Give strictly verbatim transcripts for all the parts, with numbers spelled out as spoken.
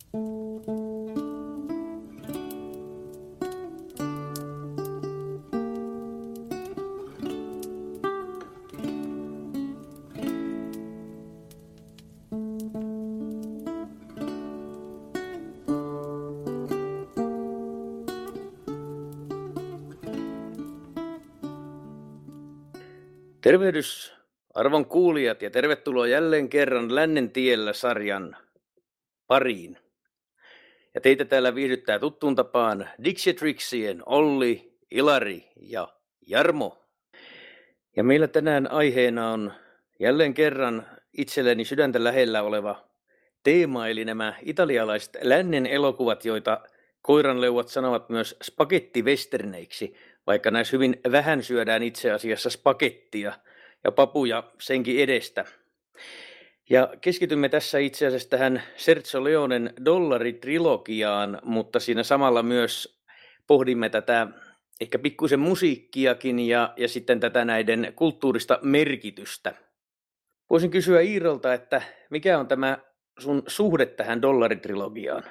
Tervehdys arvon kuulijat ja tervetuloa jälleen kerran Lännen tiellä -sarjan pariin. Ja teitä täällä viihdyttää tuttuun tapaan Dixitrixien Olli, Ilari ja Jarmo. Ja meillä tänään aiheena on jälleen kerran itselleni sydäntä lähellä oleva teema, eli nämä italialaiset lännen elokuvat, joita koiranleuat sanovat myös spagettiwesterneiksi, vaikka näissä hyvin vähän syödään itse asiassa spagettia ja papuja senkin edestä. Ja keskitymme tässä itse asiassa tähän Sergio Leonen Dollari-trilogiaan, mutta siinä samalla myös pohdimme tätä ehkä pikkuisen musiikkiakin ja, ja sitten tätä näiden kulttuurista merkitystä. Voisin kysyä Iirolta, että mikä on tämä sun suhde tähän Dollari-trilogiaan?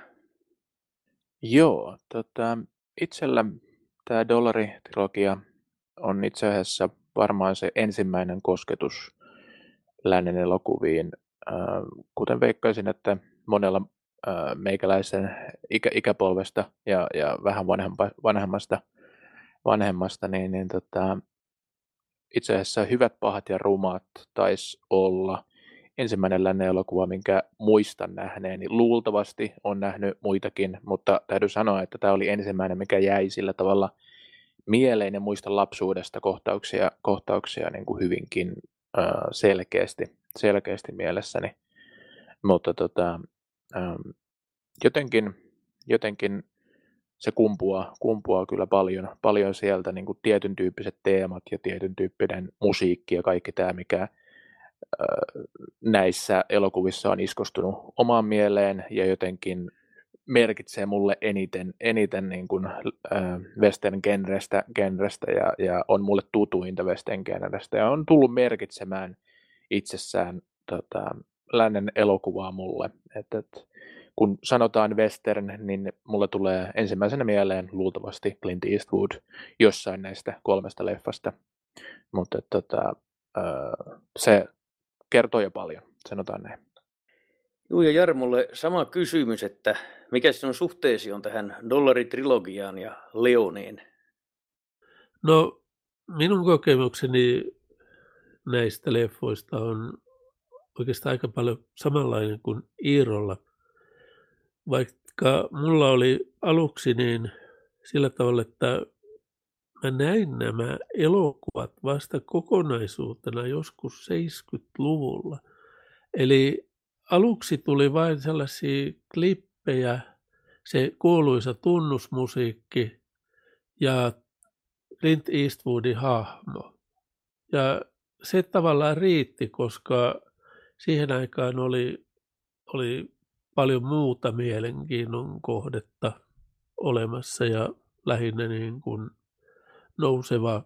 Joo, tota, itsellä tämä Dollari-trilogia on itse asiassa varmaan se ensimmäinen kosketus lännen elokuviin. Äh, kuten veikkaisin, että monella äh, meikäläisen ikä, ikäpolvesta ja, ja vähän vanhempa, vanhemmasta, vanhemmasta, niin, niin tota, itse asiassa Hyvät, pahat ja rumat taisi olla ensimmäinen lännen elokuva, minkä muistan nähneeni. Luultavasti on nähnyt muitakin, mutta täytyy sanoa, että tämä oli ensimmäinen, mikä jäi sillä tavalla mieleen ja muistan lapsuudesta kohtauksia, kohtauksia niin kuin hyvinkin äh, selkeästi, selkeästi mielessäni. Mutta tota, ähm, jotenkin, jotenkin se kumpuaa, kumpuaa kyllä paljon, paljon sieltä niin kuin tietyn tyyppiset teemat ja tietyn tyyppinen musiikki ja kaikki tämä, mikä näissä elokuvissa on iskostunut omaan mieleen ja jotenkin merkitsee mulle eniten, eniten niin kuin, äh, western-genrestä genrestä ja, ja on mulle tutuinta western-genrestä ja on tullut merkitsemään itsessään tota, lännen elokuvaa mulle. Et, et, kun sanotaan western, niin mulle tulee ensimmäisenä mieleen luultavasti Clint Eastwood jossain näistä kolmesta leffasta, mutta tota, äh, se kertoo jo paljon, sanotaan näin. Joo, ja Jarmolle sama kysymys, että mikä sinun suhteesi on tähän Dollari-trilogiaan ja Leoneen? No, minun kokemukseni näistä leffoista on oikeastaan aika paljon samanlainen kuin Iirolla. Vaikka mulla oli aluksi niin sillä tavalla, että mä näin nämä elokuvat vasta kokonaisuutena joskus seitsemänkymmentäluvulla. Eli aluksi tuli vain sellaisia klippejä, se kuuluisa tunnusmusiikki ja Clint Eastwoodin hahmo. Ja se tavallaan riitti, koska siihen aikaan oli, oli paljon muuta mielenkiinnon kohdetta olemassa ja lähinnä niin kuin nouseva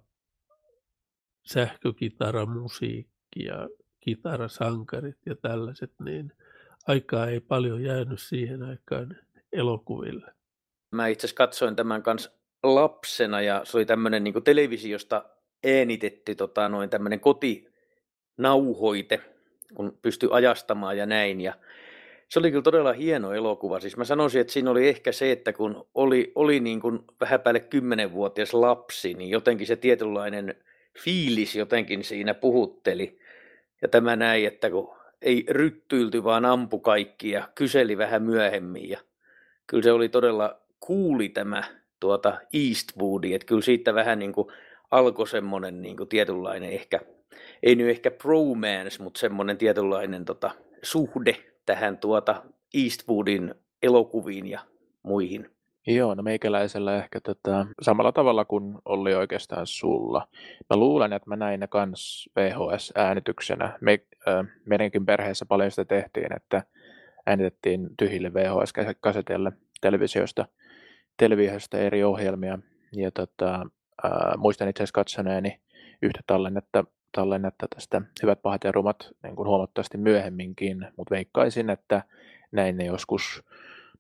sähkökitaramusiikki ja kitarasankarit ja tällaiset, niin aikaa ei paljon jäänyt siihen aikaan elokuville. Mä itse asiassa katsoin tämän kanssa lapsena ja se oli tämmöinen niin kuin televisiosta äänitetty tota, noin tämmöinen kotinauhoite, kun pystyi ajastamaan ja näin. Ja se oli kyllä todella hieno elokuva. Siis mä sanoisin, että siinä oli ehkä se, että kun oli, oli niin kuin vähän päälle kymmenvuotias lapsi, niin jotenkin se tietynlainen fiilis jotenkin siinä puhutteli. Ja tämä näin, että kun ei ryttyilty, vaan ampu kaikki ja kyseli vähän myöhemmin. Ja kyllä se oli todella kuuli tämä tuota Eastwoodi, että kyllä siitä vähän niin kuin alkoi semmoinen niin kuin tietynlainen ehkä, ei nyt ehkä bromance, mutta semmoinen tietynlainen tota, suhde tähän tuota Eastwoodin elokuviin ja muihin. Joo, no meikäläisellä ehkä tota, samalla tavalla kuin oli oikeastaan sulla. Mä luulen, että mä näin ne kans V H S-äänityksenä. Me, äh, meidänkin perheessä paljon sitä tehtiin, että äänitettiin tyhjille V H S-kaseteille televisiosta, televisiosta eri ohjelmia. Ja tota, äh, muistan itse asiassa katsoneeni yhtä tallennetta, tallennetta tästä Hyvät, pahat ja rumat niin kuin huomattavasti myöhemminkin, mutta veikkaisin, että näin ne joskus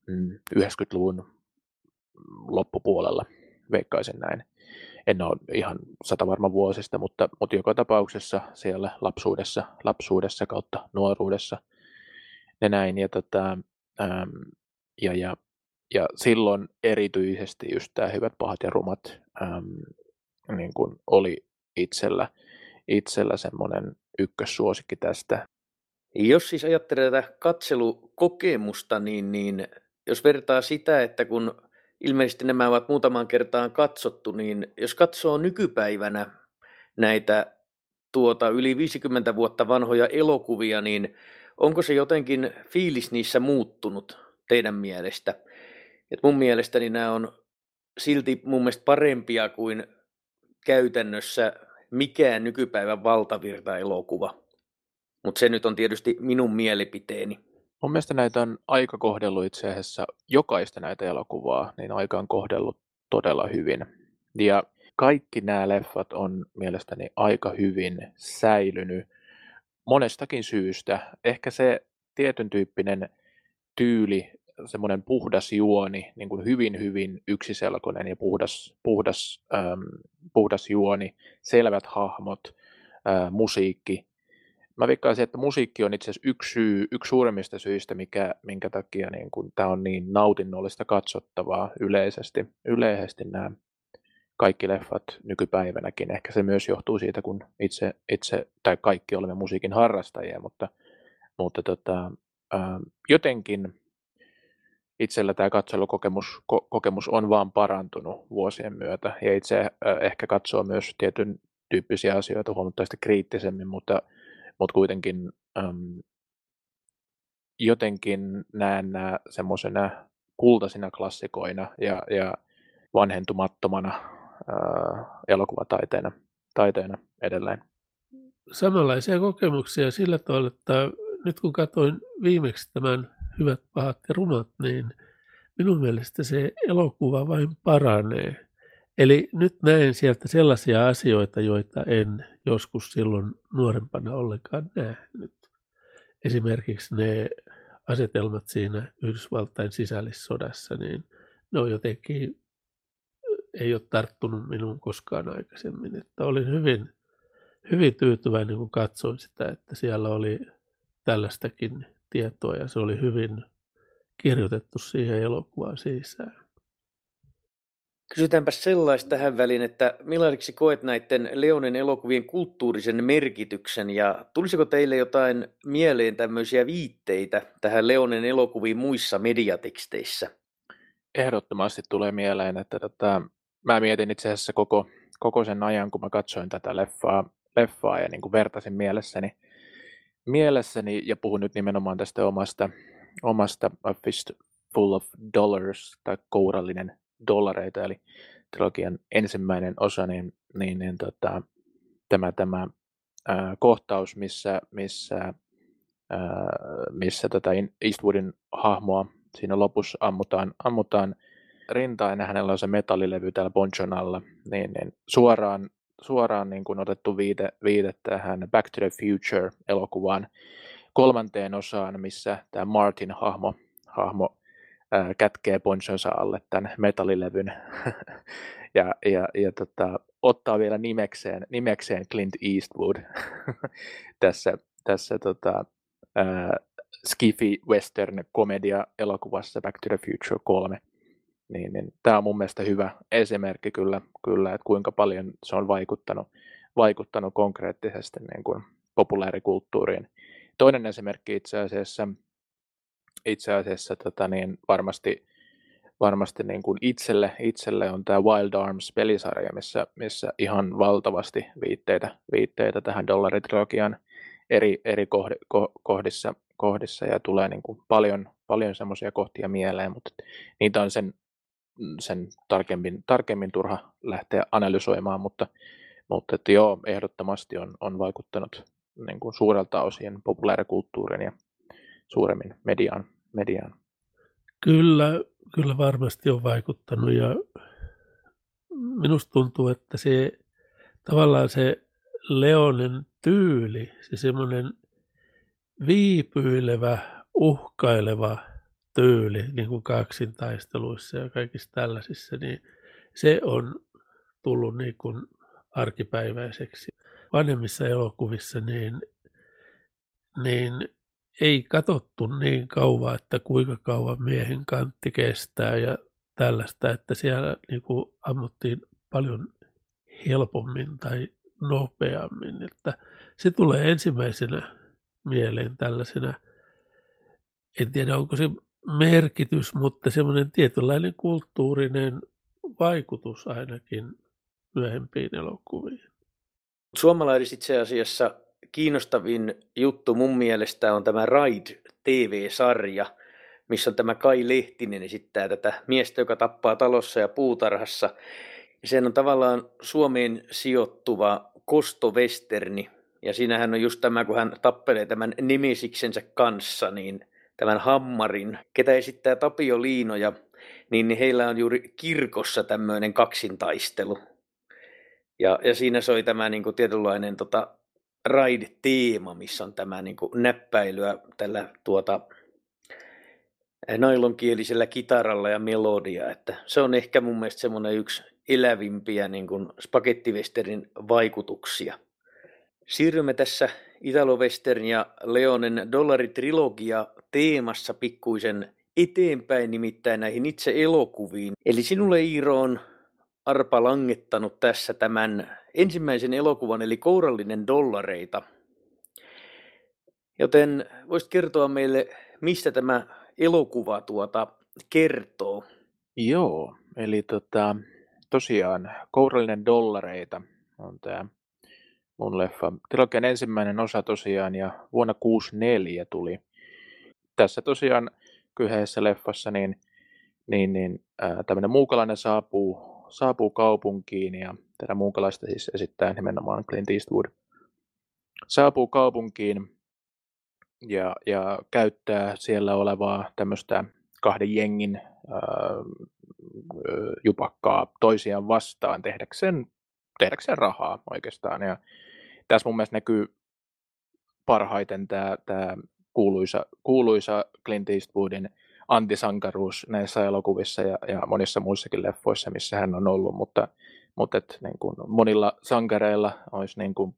mm, yhdeksänkymmentäluvun loppupuolella, veikkaisin näin. En ole ihan sata varma vuosista, mutta, mutta joka tapauksessa siellä lapsuudessa, lapsuudessa kautta nuoruudessa ne näin. Ja, tota, äm, ja, ja, ja silloin erityisesti just tämä Hyvät, pahat ja rumat äm, niin kuin oli itsellä, itsellä semmoinen ykkössuosikki tästä. Jos siis ajattelee tätä katselukokemusta, niin, niin jos vertaa sitä, että kun ilmeisesti nämä ovat muutaman kertaan katsottu, niin jos katsoo nykypäivänä näitä tuota yli viisikymmentä vuotta vanhoja elokuvia, niin onko se jotenkin fiilis niissä muuttunut teidän mielestä? Et mun mielestäni nämä on silti mun mielestä parempia kuin käytännössä mikään nykypäivän valtavirta-elokuva. Mutta se nyt on tietysti minun mielipiteeni. Mun mielestä näitä on aika kohdellut itse asiassa, jokaista näitä elokuvaa, niin aika on kohdellut todella hyvin. Ja kaikki nämä leffat on mielestäni aika hyvin säilynyt monestakin syystä. Ehkä se tietyn tyyppinen tyyli, semmoinen puhdas juoni, niin kuin hyvin hyvin yksiselkoinen ja puhdas, puhdas, ähm, puhdas juoni, selvät hahmot, äh, musiikki. Mä veikkaisin, että musiikki on itse asiassa yksi, syy, yksi suuremmista syistä, mikä, minkä takia niin kun tämä on niin nautinnollista katsottavaa yleisesti. Yleisesti nämä kaikki leffat nykypäivänäkin. Ehkä se myös johtuu siitä, kun itse, itse tai kaikki olemme musiikin harrastajia, mutta, mutta tota, ää, jotenkin itsellä tämä katselukokemus ko, kokemus on vaan parantunut vuosien myötä. Ja itse ää, ehkä katsoo myös tietyn tyyppisiä asioita huomattavasti kriittisemmin, mutta Mutta kuitenkin äm, jotenkin näen nämä semmoisena kultaisina klassikoina ja, ja vanhentumattomana ää, elokuvataiteena taiteena edelleen. Samanlaisia kokemuksia sillä tavalla, että nyt kun katsoin viimeksi tämän Hyvät, pahat ja rumat, niin minun mielestä se elokuva vain paranee. Eli nyt näen sieltä sellaisia asioita, joita en joskus silloin nuorempana ollenkaan nähnyt. Esimerkiksi ne asetelmat siinä Yhdysvaltain sisällissodassa, niin ne on jotenkin, ei ole tarttunut minuun koskaan aikaisemmin. Että olin hyvin, hyvin tyytyväinen, kun katsoin sitä, että siellä oli tällaistakin tietoa ja se oli hyvin kirjoitettu siihen elokuvaan sisään. Kysytäänpä sellaista tähän väliin, että millaiseksi koet näiden Leonen elokuvien kulttuurisen merkityksen ja tulisiko teille jotain mieleen tämmöisiä viitteitä tähän Leonen elokuviin muissa mediateksteissä? Ehdottomasti tulee mieleen, että tota, mä mietin itse asiassa koko, koko sen ajan, kun mä katsoin tätä leffaa, leffaa ja niin kuin vertasin mielessäni, mielessäni ja puhun nyt nimenomaan tästä omasta, omasta A Fistful of Dollars tai kourallinen dollareita, eli trilogian ensimmäinen osa, niin, niin, niin tota, tämä, tämä ää, kohtaus, missä, missä, ää, missä tota Eastwoodin hahmoa siinä lopussa ammutaan, ammutaan rintaan ja hänellä on se metallilevy täällä ponchon alla, niin, niin suoraan, suoraan niin kuin otettu viite, viite tähän Back to the Future-elokuvaan kolmanteen osaan, missä tämä Martin hahmo, hahmo ää, kätkee ponchonsa alle tämän metallilevyn ja, ja, ja tota, ottaa vielä nimekseen, nimekseen Clint Eastwood tässä, tässä tota, ää, Skiffy Western komedia elokuvassa Back to the Future kolme. Niin, niin, tämä on mun mielestä hyvä esimerkki kyllä, kyllä että kuinka paljon se on vaikuttanut, vaikuttanut konkreettisesti niin kuin populaarikulttuuriin. Toinen esimerkki itse asiassa, itse asiassa tota niin, varmasti, varmasti niin kuin itselle, itselle on tämä Wild Arms-pelisarja, missä, missä ihan valtavasti viitteitä, viitteitä tähän dollaritrilogiaan eri, eri kohde, ko, kohdissa, kohdissa ja tulee niin kuin paljon, paljon semmoisia kohtia mieleen, mutta niitä on sen, sen tarkemmin, tarkemmin turha lähteä analysoimaan, mutta, mutta että joo, ehdottomasti on, on vaikuttanut niin kuin suurelta osin populaarikulttuurin ja suuremmin mediaan. mediaan. Kyllä, kyllä varmasti on vaikuttanut ja minusta tuntuu, että se tavallaan se Leonen tyyli, se semmoinen viipyilevä, uhkaileva tyyli niin kuin kaksintaisteluissa ja kaikissa tällaisissa, niin se on tullut niin kuin arkipäiväiseksi. Vanhemmissa elokuvissa niin, niin ei katsottu niin kauan, että kuinka kauan miehen kantti kestää ja tällaista, että siellä niin kuin ammuttiin paljon helpommin tai nopeammin. Että se tulee ensimmäisenä mieleen tällaisena, en tiedä onko se merkitys, mutta semmoinen tietynlainen kulttuurinen vaikutus ainakin myöhempiin elokuviin. Suomalaisissa itse asiassa kiinnostavin juttu mun mielestä on tämä Ride-T V-sarja, missä on tämä Kai Lehtinen esittää tätä miestä, joka tappaa talossa ja puutarhassa. Ja sehän on tavallaan Suomeen sijoittuva kostowesterni. Ja siinähän on just tämä, kun hän tappelee tämän nemesiksensä kanssa, niin tämän Hammarin, ketä esittää Tapio Liinoja, niin heillä on juuri kirkossa tämmöinen kaksintaistelu. Ja, ja siinä soi tämä niin kuin tietynlainen tota, Ride-teema, missä on tämä niin kuin näppäilyä tällä tuota, nailonkielisellä kitaralla ja melodia. Että se on ehkä mun mielestä semmoinen yksi elävimpiä niin kuin spagettivesterin vaikutuksia. Siirrymme tässä Italo-Western ja Leonen dollaritrilogia teemassa pikkuisen eteenpäin, nimittäin näihin itse elokuviin. Eli sinulle, Iiro, on Arpa langettanut tässä tämän ensimmäisen elokuvan, eli Kourallinen dollareita. Joten voisit kertoa meille, mistä tämä elokuva tuota kertoo? Joo, eli tota, tosiaan Kourallinen dollareita on tämä mun leffa. Trilogian ensimmäinen osa tosiaan, ja vuonna kuusikymmentäneljä tuli. Tässä tosiaan kyseisessä leffassa niin, niin, niin ää, tämmöinen muukalainen saapuu, saapuu kaupunkiin, ja tätä muukalaista siis esittää nimenomaan Clint Eastwood. Saapuu kaupunkiin ja, ja käyttää siellä olevaa tämmöistä kahden jengin ää, jupakkaa toisiaan vastaan tehdäkseen, tehdäkseen rahaa oikeastaan. Ja tässä mun mielestä näkyy parhaiten tämä, tämä kuuluisa, kuuluisa Clint Eastwoodin antisankaruus näissä elokuvissa ja, ja monissa muissakin leffoissa, missä hän on ollut, mutta, mutta et, niin kuin monilla sankareilla olisi niin kuin,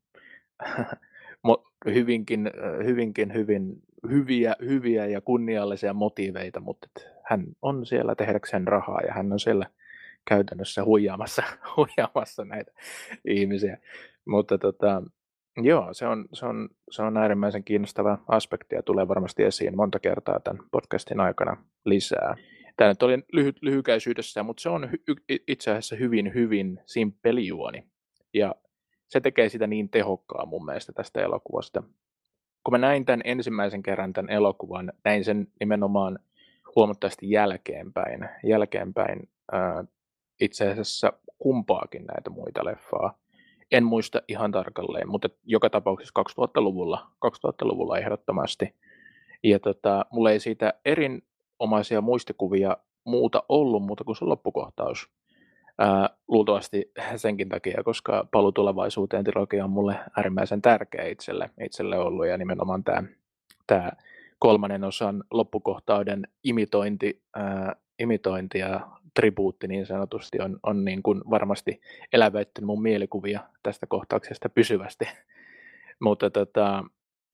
hyvinkin, hyvinkin hyvin, hyviä, hyviä ja kunniallisia motiiveita, mutta et hän on siellä tehdäkseen rahaa ja hän on siellä käytännössä huijaamassa, huijaamassa näitä ihmisiä. Mutta tota, joo, se on, se, on, se on äärimmäisen kiinnostava aspekti ja tulee varmasti esiin monta kertaa tämän podcastin aikana lisää. Tämä nyt oli lyhy, lyhykäisyydessä, mutta se on hy, itse asiassa hyvin, hyvin simppeli juoni. Ja se tekee sitä niin tehokkaan mun mielestä tästä elokuvasta. Kun mä näin tämän ensimmäisen kerran tämän elokuvan, näin sen nimenomaan huomattavasti jälkeenpäin. Jälkeenpäin ää, itse asiassa kumpaakin näitä muita leffaa. En muista ihan tarkalleen, mutta joka tapauksessa kaksituhattaluvulla, kaksituhattaluvulla ehdottomasti. Ja tota, mulla ei siitä erinomaisia muistikuvia muuta ollut, muuta kuin se loppukohtaus. Ää, luultavasti senkin takia, koska Paluu tulevaisuuteen -trilogia on mulle äärimmäisen tärkeä itselle, itselle ollut. Ja nimenomaan tämä, tämä kolmannen osan loppukohtauden imitointi, ää, imitointi ja tribuutti niin sanotusti on, on niin kuin varmasti elävöittänyt mun mielikuvia tästä kohtauksesta pysyvästi. mutta tota,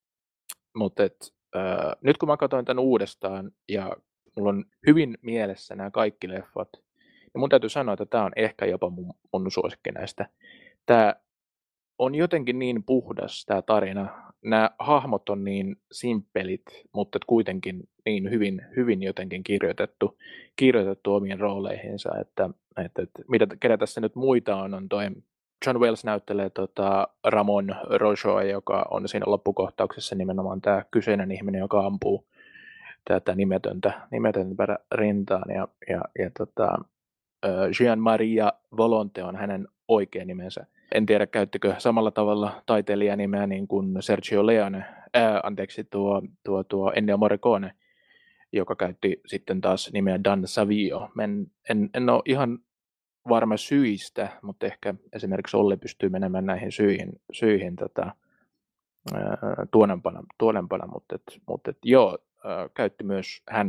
mutta et, ää, nyt kun mä katsoin tämän uudestaan ja mulla on hyvin mielessä nämä kaikki leffat, niin mun täytyy sanoa, että tämä on ehkä jopa mun, mun suosikki näistä. Tämä on jotenkin niin puhdas tämä tarina. Nämä hahmot on niin simppelit, mutta kuitenkin niin hyvin, hyvin jotenkin kirjoitettu, kirjoitettu omiin rooleihinsa. Että, että, että mitä, ketä tässä nyt muita on, on toi John Wells näyttelee tota Ramon Rojoa, joka on siinä loppukohtauksessa nimenomaan tämä kyseinen ihminen, joka ampuu tätä nimetöntä, nimetöntä rintaan. Ja, ja, ja tota, Jean-Maria Volonté on hänen oikea nimensä. En tiedä, käyttikö samalla tavalla taiteilijanimeä niin kuin Sergio Leone, ää, anteeksi, tuo, tuo, tuo Ennio Morricone, joka käytti sitten taas nimeä Dan Savio. En, en, en ole ihan varma syistä, mutta ehkä esimerkiksi Olli pystyy menemään näihin syihin, syihin tota, ää, tuonempana, tuonempana, mutta, et, mutta et, joo, ää, käytti myös hän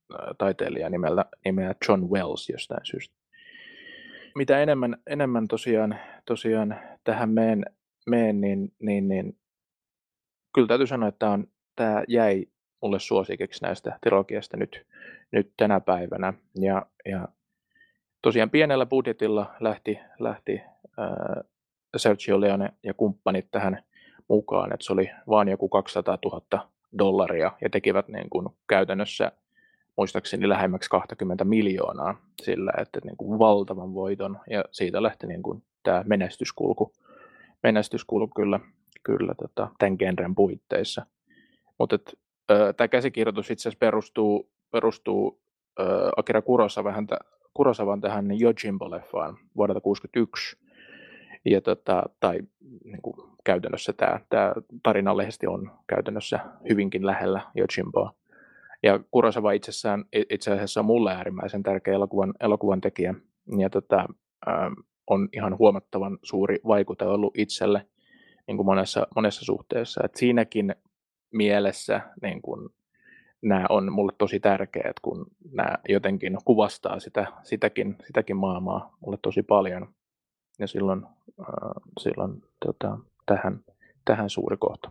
taiteilija nimeltä, nimeä John Wells jostain syystä. Mitä enemmän, enemmän tosiaan, tosiaan tähän meen, meen niin, niin, niin kyllä täytyy sanoa, että tämä, on, tämä jäi mulle suosikiksi näistä trilogiasta nyt, nyt tänä päivänä. Ja, ja tosiaan pienellä budjetilla lähti, lähti ää, Sergio Leone ja kumppanit tähän mukaan, että se oli vaan joku kaksisataatuhatta dollaria ja tekivät niin kuin käytännössä muistaakseni lähemmäksi kaksikymmentä miljoonaa sillä, että niin kuin valtavan voiton ja siitä lähti niin kuin tämä menestyskulku, menestyskulku kyllä, kyllä tota, tämän genren puitteissa. Mutta tämä käsikirjoitus itse asiassa perustuu, perustuu ä, Akira Kurosawan, Kurosawan tähän Yojimbo-leffaan vuodelta kuusikymmentäyksi. Ja tota, tai niin kuin käytännössä tämä, tämä tarinanlehti on käytännössä hyvinkin lähellä Yojimboa. Ja Kurosawa itsessään, itse asiassa on mulle äärimmäisen tärkeä elokuvan, elokuvan tekijä. Ja tota, ä, on ihan huomattavan suuri vaikute ollut itselle niin kuin monessa, monessa suhteessa. Et siinäkin mielessä niin kun nämä on mulle tosi tärkeät, kun nämä jotenkin kuvastaa sitä, sitäkin, sitäkin maailmaa mulle tosi paljon. Ja silloin, äh, silloin tota, tähän, tähän suuri kohta.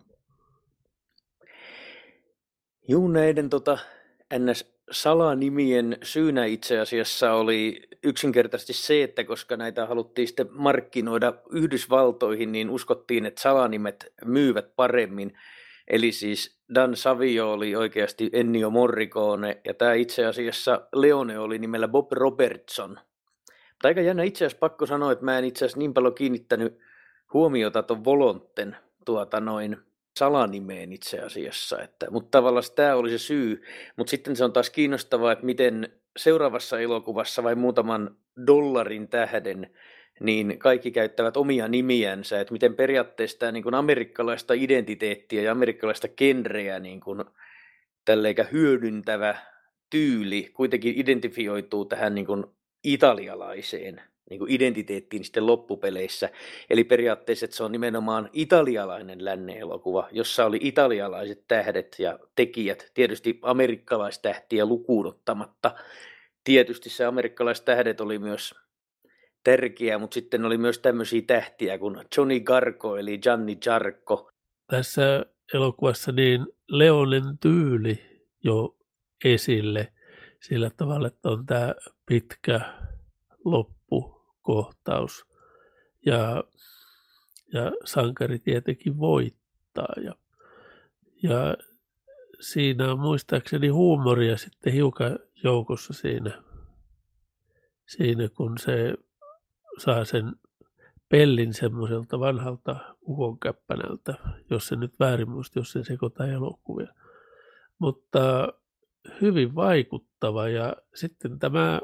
Juu, näiden tota, N S-salanimien syynä itse asiassa oli yksinkertaisesti se, että koska näitä haluttiin sitten markkinoida Yhdysvaltoihin, niin uskottiin, että salanimet myyvät paremmin. Eli siis Dan Savio oli oikeasti Ennio Morricone ja tämä itse asiassa Leone oli nimellä Bob Robertson. Mutta aika jännä itse asiassa pakko sanoa, että mä en itse asiassa niin paljon kiinnittänyt huomiota tuon Volonten tuota noin salanimeen itse asiassa. Että, mutta tavallaan tämä oli se syy. Mutta sitten se on taas kiinnostavaa, että miten seuraavassa elokuvassa vai muutaman dollarin tähden niin kaikki käyttävät omia nimiänsä, että miten periaatteessa tämä niin kuin amerikkalaista identiteettiä ja amerikkalaista genreä niin kuin tälleikä hyödyntävä tyyli kuitenkin identifioituu tähän niin kuin italialaiseen niin kuin identiteettiin sitten loppupeleissä. Eli periaatteessa että se on nimenomaan italialainen lännen elokuva, jossa oli italialaiset tähdet ja tekijät, tietysti amerikkalaistähtiä lukuun ottamatta. Tietysti se amerikkalaistähdet oli myös tärkeä, mutta sitten oli myös tämmöisiä tähtiä kuin Johnny Garco eli Gianni Giarco. Tässä elokuvassa niin Leonen tyyli jo esille sillä tavalla, että on tämä pitkä loppukohtaus ja, ja sankari tietenkin voittaa. Ja, ja siinä on muistaakseni huumoria sitten hiukan joukossa siinä, siinä kun se saa sen pellin semmoiselta vanhalta ukonkäppänältä, jos se nyt väärin muista, jos se sekoittaa elokuvia. Mutta hyvin vaikuttava ja sitten tämä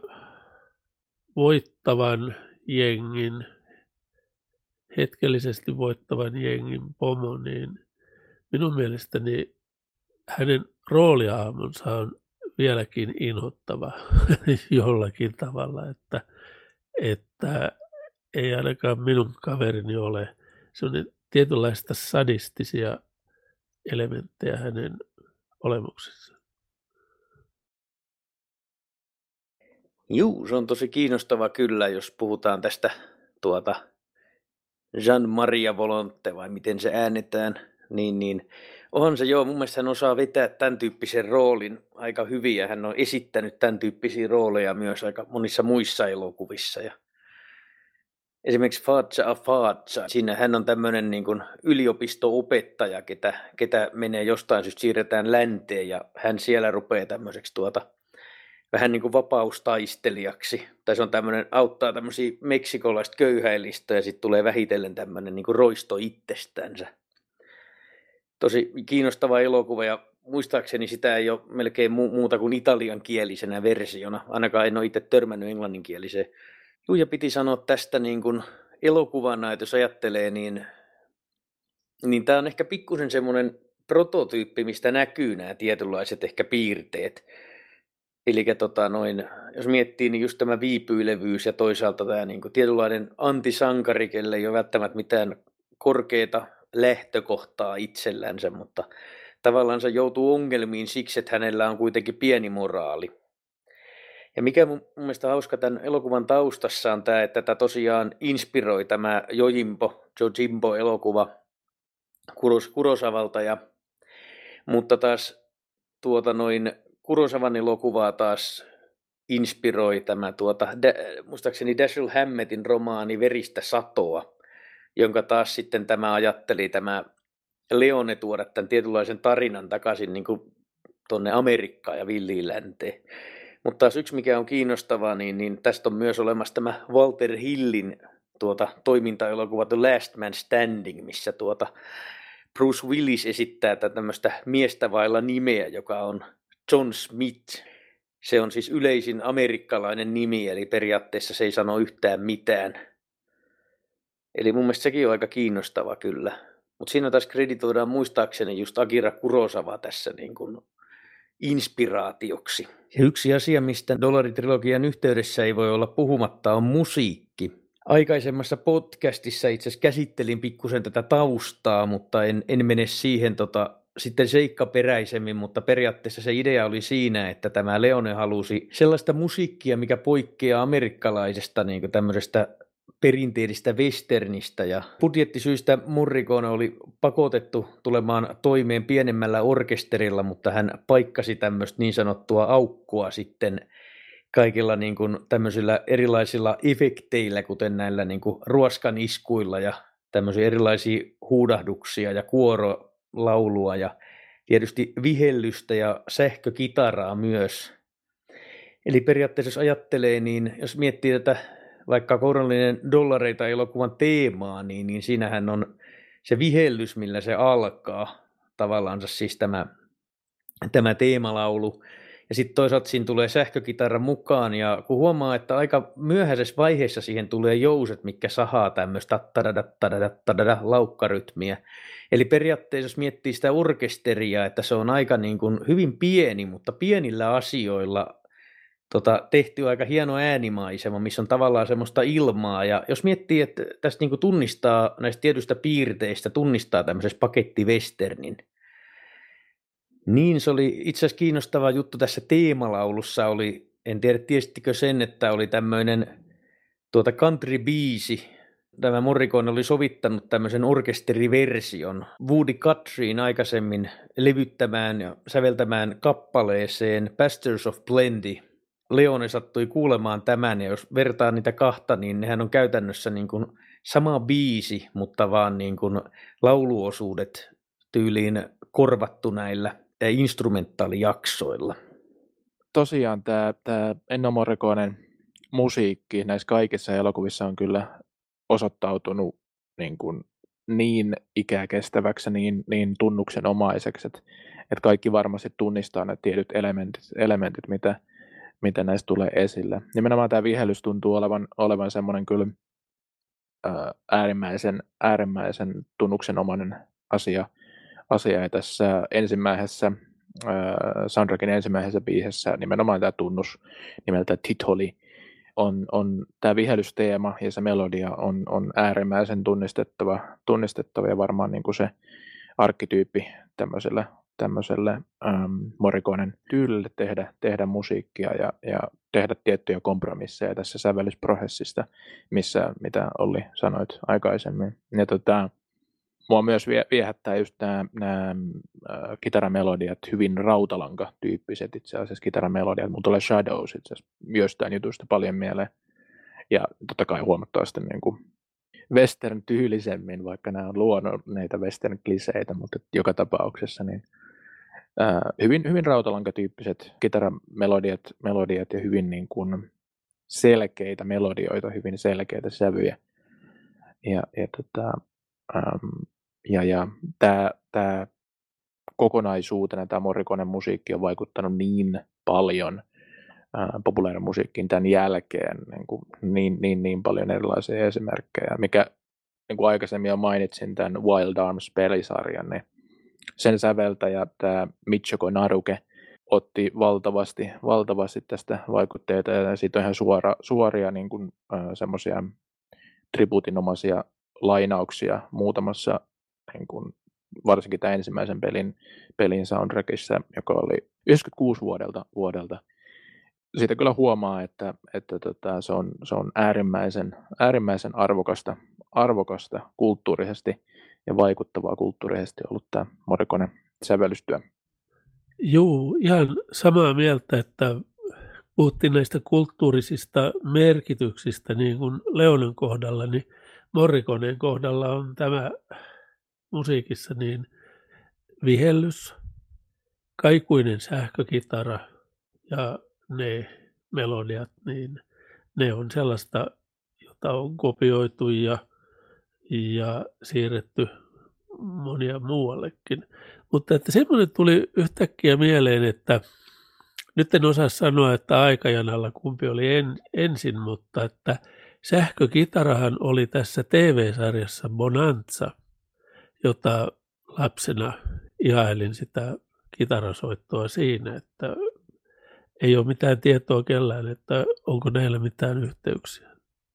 voittavan jengin, hetkellisesti voittavan jengin pomo, niin minun mielestäni hänen roolihahmonsa on vieläkin inhottava jollakin tavalla, että, että ei ainakaan minun kaverini ole. Se on tietynlaista sadistisia elementtejä hänen olemuksessaan. Juu, se on tosi kiinnostava kyllä, jos puhutaan tästä tuota Jean-Maria Volonte, vai miten se äänetään, niin, niin onhan se joo, mun mielestä hän osaa vetää tämän tyyppisen roolin aika hyvin, ja hän on esittänyt tämän tyyppisiä rooleja myös aika monissa muissa elokuvissa. Ja esimerkiksi Faccia a Faccia, siinä hän on tämmöinen niin kuin yliopisto-opettaja, ketä, ketä menee jostain syystä, siirretään länteen, ja hän siellä rupeaa tämmöiseksi tuota vähän niin kuin vapaustaistelijaksi, tai se on tämmöinen, auttaa tämmöisiä meksikolaista köyhäilistä, ja sitten tulee vähitellen tämmöinen niin kuin roisto itsestänsä. Tosi kiinnostava elokuva, ja muistaakseni sitä ei ole melkein muuta kuin italiankielisenä versiona, ainakaan en ole itse törmännyt englanninkieliseen. Juu, ja piti sanoa tästä niin kuin elokuvana, että jos ajattelee, niin, niin tämä on ehkä pikkusen semmoinen prototyyppi, mistä näkyy nämä tietynlaiset ehkä piirteet. Eli tota noin, jos miettii, niin just tämä viipyilevyys ja toisaalta tämä niin kuin tietynlainen antisankari, kelle ei ole välttämättä mitään korkeata lähtökohtaa itsellänsä, mutta tavallaan se joutuu ongelmiin siksi, että hänellä on kuitenkin pieni moraali. Ja mikä mun, mun mielestä hauska tämän elokuvan taustassa on tämä, että tätä tosiaan inspiroi tämä Jojimbo, Jojimbo-elokuva Kuros, Kurosavalta, ja, mutta taas tuota noin Kurosavan elokuvaa taas inspiroi tämä tuota, da, muistaakseni Dashiell Hammettin romaani Veristä satoa, jonka taas sitten tämä ajatteli tämä Leone tuoda tämän tietynlaisen tarinan takaisin niin kuin tuonne Amerikkaan ja Villiin länteen. Mutta taas yksi mikä on kiinnostavaa, niin, niin tästä on myös olemassa tämä Walter Hillin tuota, toimintaelokuva The Last Man Standing, missä tuota Bruce Willis esittää tämmöistä miestä vailla nimeä, joka on John Smith. Se on siis yleisin amerikkalainen nimi, eli periaatteessa se ei sano yhtään mitään. Eli mun mielestä sekin on aika kiinnostava kyllä. Mutta siinä taas kreditoidaan muistaakseni just Akira Kurosawa tässä niin kuin inspiraatioksi. Ja yksi asia, mistä Dollaritrilogian yhteydessä ei voi olla puhumatta, on musiikki. Aikaisemmassa podcastissa itse asiassa käsittelin pikkusen tätä taustaa, mutta en, en mene siihen tota, sitten seikkaperäisemmin, mutta periaatteessa se idea oli siinä, että tämä Leone halusi sellaista musiikkia, mikä poikkeaa amerikkalaisesta niin kuin tämmöisestä perinteistä westernistä, ja budjettisyistä Morricone oli pakotettu tulemaan toimeen pienemmällä orkesterilla, mutta hän paikkasi tämmöistä niin sanottua aukkoa sitten kaikilla niin kuin tämmöisillä erilaisilla efekteillä, kuten näillä niin kuin ruoskan iskuilla ja tämmöisiä erilaisia huudahduksia ja kuorolaulua ja tietysti vihellystä ja sähkökitaraa myös. Eli periaatteessa jos ajattelee, niin jos miettii tätä vaikka kourallinen dollareita elokuvan teemaa, niin, niin siinähän on se vihellys, millä se alkaa, tavallaan siis tämä, tämä teemalaulu. Ja sitten toisaalta siinä tulee sähkökitara mukaan, ja kun huomaa, että aika myöhäisessä vaiheessa siihen tulee jouset, mitkä sahaa tämmöistä laukkarytmiä. Eli periaatteessa jos miettii sitä orkesteria, että se on aika niin kuin hyvin pieni, mutta pienillä asioilla Tota, tehty aika hieno äänimaisema, missä on tavallaan semmoista ilmaa, ja jos miettii, että tästä niinku tunnistaa näistä tietyistä piirteistä, tunnistaa tämmöisessä pakettiwesternin, niin se oli itse asiassa kiinnostava juttu tässä teemalaulussa, oli, en tiedä tiesittekö sen, että oli tämmöinen tuota country-biisi, tämä Morricone oli sovittanut tämmöisen orkesteriversion Woody Guthriein aikaisemmin levyttämään ja säveltämään kappaleeseen Pastures of Plenty. Leone sattui kuulemaan tämän, ja jos vertaa niitä kahta, niin nehän on käytännössä niin kuin sama biisi, mutta vaan niin kuin lauluosuudet tyyliin korvattu näillä instrumentaalijaksoilla. Tosiaan tämä, tämä Ennio Morriconen musiikki näissä kaikissa elokuvissa on kyllä osoittautunut niin, kuin niin ikäkestäväksi, niin, niin tunnuksenomaiseksi, että, että kaikki varmasti tunnistaa ne tietyt elementit, elementit mitä mitä näistä tulee esille. Nimenomaan tämä vihellys tuntuu olevan, olevan semmoinen kyllä ää, äärimmäisen, äärimmäisen tunnuksenomainen asia, asia. Ja tässä ensimmäisessä ää, soundtrackin ensimmäisessä biisissä nimenomaan tämä tunnus nimeltä Titoli on, on tämä vihellysteema ja se melodia on, on äärimmäisen tunnistettava, tunnistettava ja varmaan niin kuin se arkkityyppi tämmöiselle tämmöiselle ähm, Morriconen tyylille tehdä, tehdä musiikkia ja, ja tehdä tiettyjä kompromisseja tässä sävellysprosessista, missä, mitä Olli sanoit aikaisemmin. Ja tota, mua myös vie, viehättää just nämä, nämä äh, kitaramelodiat, hyvin rautalanka-tyyppiset itse asiassa kitaramelodiat. Mulla tulee Shadows itse asiassa jostain jutusta paljon mieleen. Ja totta kai huomattavasti niin kuin western-tyylisemmin, vaikka nämä on luonneita western-kliseitä, mutta joka tapauksessa niin ää, hyvin, hyvin rautalankatyyppiset kitaramelodiat melodiat ja hyvin niin kuin selkeitä melodioita, hyvin selkeitä sävyjä. Ja, ja, tota, äm, ja, ja tämä, tämä kokonaisuutena tämä Morriconen musiikki on vaikuttanut niin paljon populaarimusiikkiin tämän jälkeen niin, kuin niin, niin, niin paljon erilaisia esimerkkejä, mikä niin kuin aikaisemmin jo mainitsin tämän Wild Arms-pelisarjan, niin sen säveltäjä tämä Michiko Naruke otti valtavasti, valtavasti tästä vaikutteita ja siitä on ihan suora, suoria niin kuin, äh, semmoisia tribuutinomaisia lainauksia muutamassa niin kuin, varsinkin tämän ensimmäisen pelin, pelin soundtrackissa, joka oli yhdeksänkymmentäkuusi vuodelta, vuodelta siitä kyllä huomaa, että, että tota, se on, se on äärimmäisen, äärimmäisen arvokasta, arvokasta kulttuurisesti ja vaikuttavaa kulttuurisesti ollut tämä Morriconen sävellystyö. Juu, ihan samaa mieltä, että puhuttiin näistä kulttuurisista merkityksistä niin kuin Leonen kohdalla, niin Morriconeen kohdalla on tämä musiikissa niin vihellys, kaikuinen sähkökitara ja ne melodiat, niin ne on sellaista, jota on kopioitu ja, ja siirretty monia muuallekin. Mutta että semmoinen tuli yhtäkkiä mieleen, että nyt en osaa sanoa, että aikajanalla kumpi oli en, ensin, mutta että sähkökitarahan oli tässä T V-sarjassa Bonanza, jota lapsena ihailin sitä kitarasoittoa siinä, että ei ole mitään tietoa kellään, että onko näillä mitään yhteyksiä.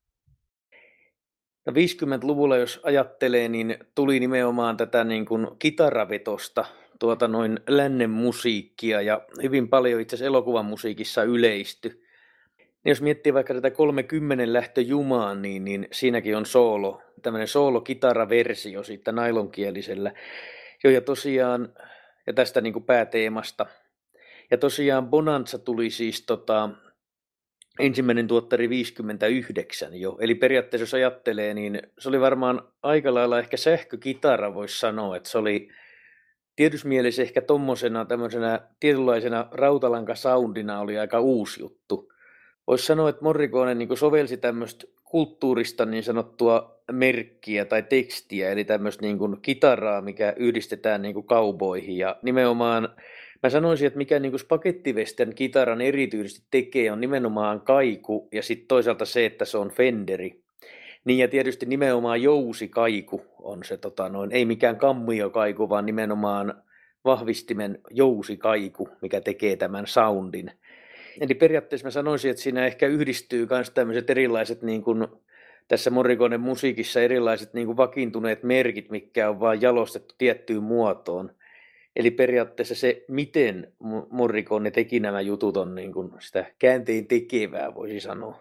No viisikymmentäluvulla, jos ajattelee, niin tuli nimenomaan tätä niin kuin kitaravetosta, tuota noin lännen musiikkia ja hyvin paljon itse asiassa elokuvan musiikissa yleisty. Niin jos miettii vaikka tätä kolmekymmentä lähtö Jumaan, niin, niin siinäkin on soolo, tämmöinen soolo-kitaraversio siitä nailonkielisellä. Jo ja tosiaan, ja tästä niin kuin pääteemasta. Ja tosiaan Bonanza tuli siis tota, ensimmäinen tuottari viisikymmentäyhdeksän jo. Eli periaatteessa jos ajattelee, niin se oli varmaan aika lailla ehkä sähkökitara, voisi sanoa, että se oli tietyssä mielessä ehkä tommosena tämmöisenä tietynlaisena rautalankasoundina oli aika uusi juttu. Voisi sanoa, että Morricone niin sovelsi tämmöistä kulttuurista niin sanottua merkkiä tai tekstiä, eli tämmöistä niin kuin kitaraa, mikä yhdistetään niin kuin cowboyhin. Ja nimenomaan, mä sanoisin, että mikä niin kuin spagettivestern kitaran erityisesti tekee, on nimenomaan kaiku ja sitten toisaalta se, että se on Fenderi. Niin ja tietysti nimenomaan jousikaiku on se, tota noin, ei mikään kammiokaiku, vaan nimenomaan vahvistimen jousikaiku, mikä tekee tämän soundin. Eli periaatteessa mä sanoisin, että siinä ehkä yhdistyy myös tämmöiset erilaiset, niin kuin tässä Morriconen musiikissa erilaiset niin kuin vakiintuneet merkit, mitkä on vaan jalostettu tiettyyn muotoon. Eli periaatteessa se, miten Morricone teki nämä jutut, on niin kuin sitä käänteen tekevää, voisi sanoa.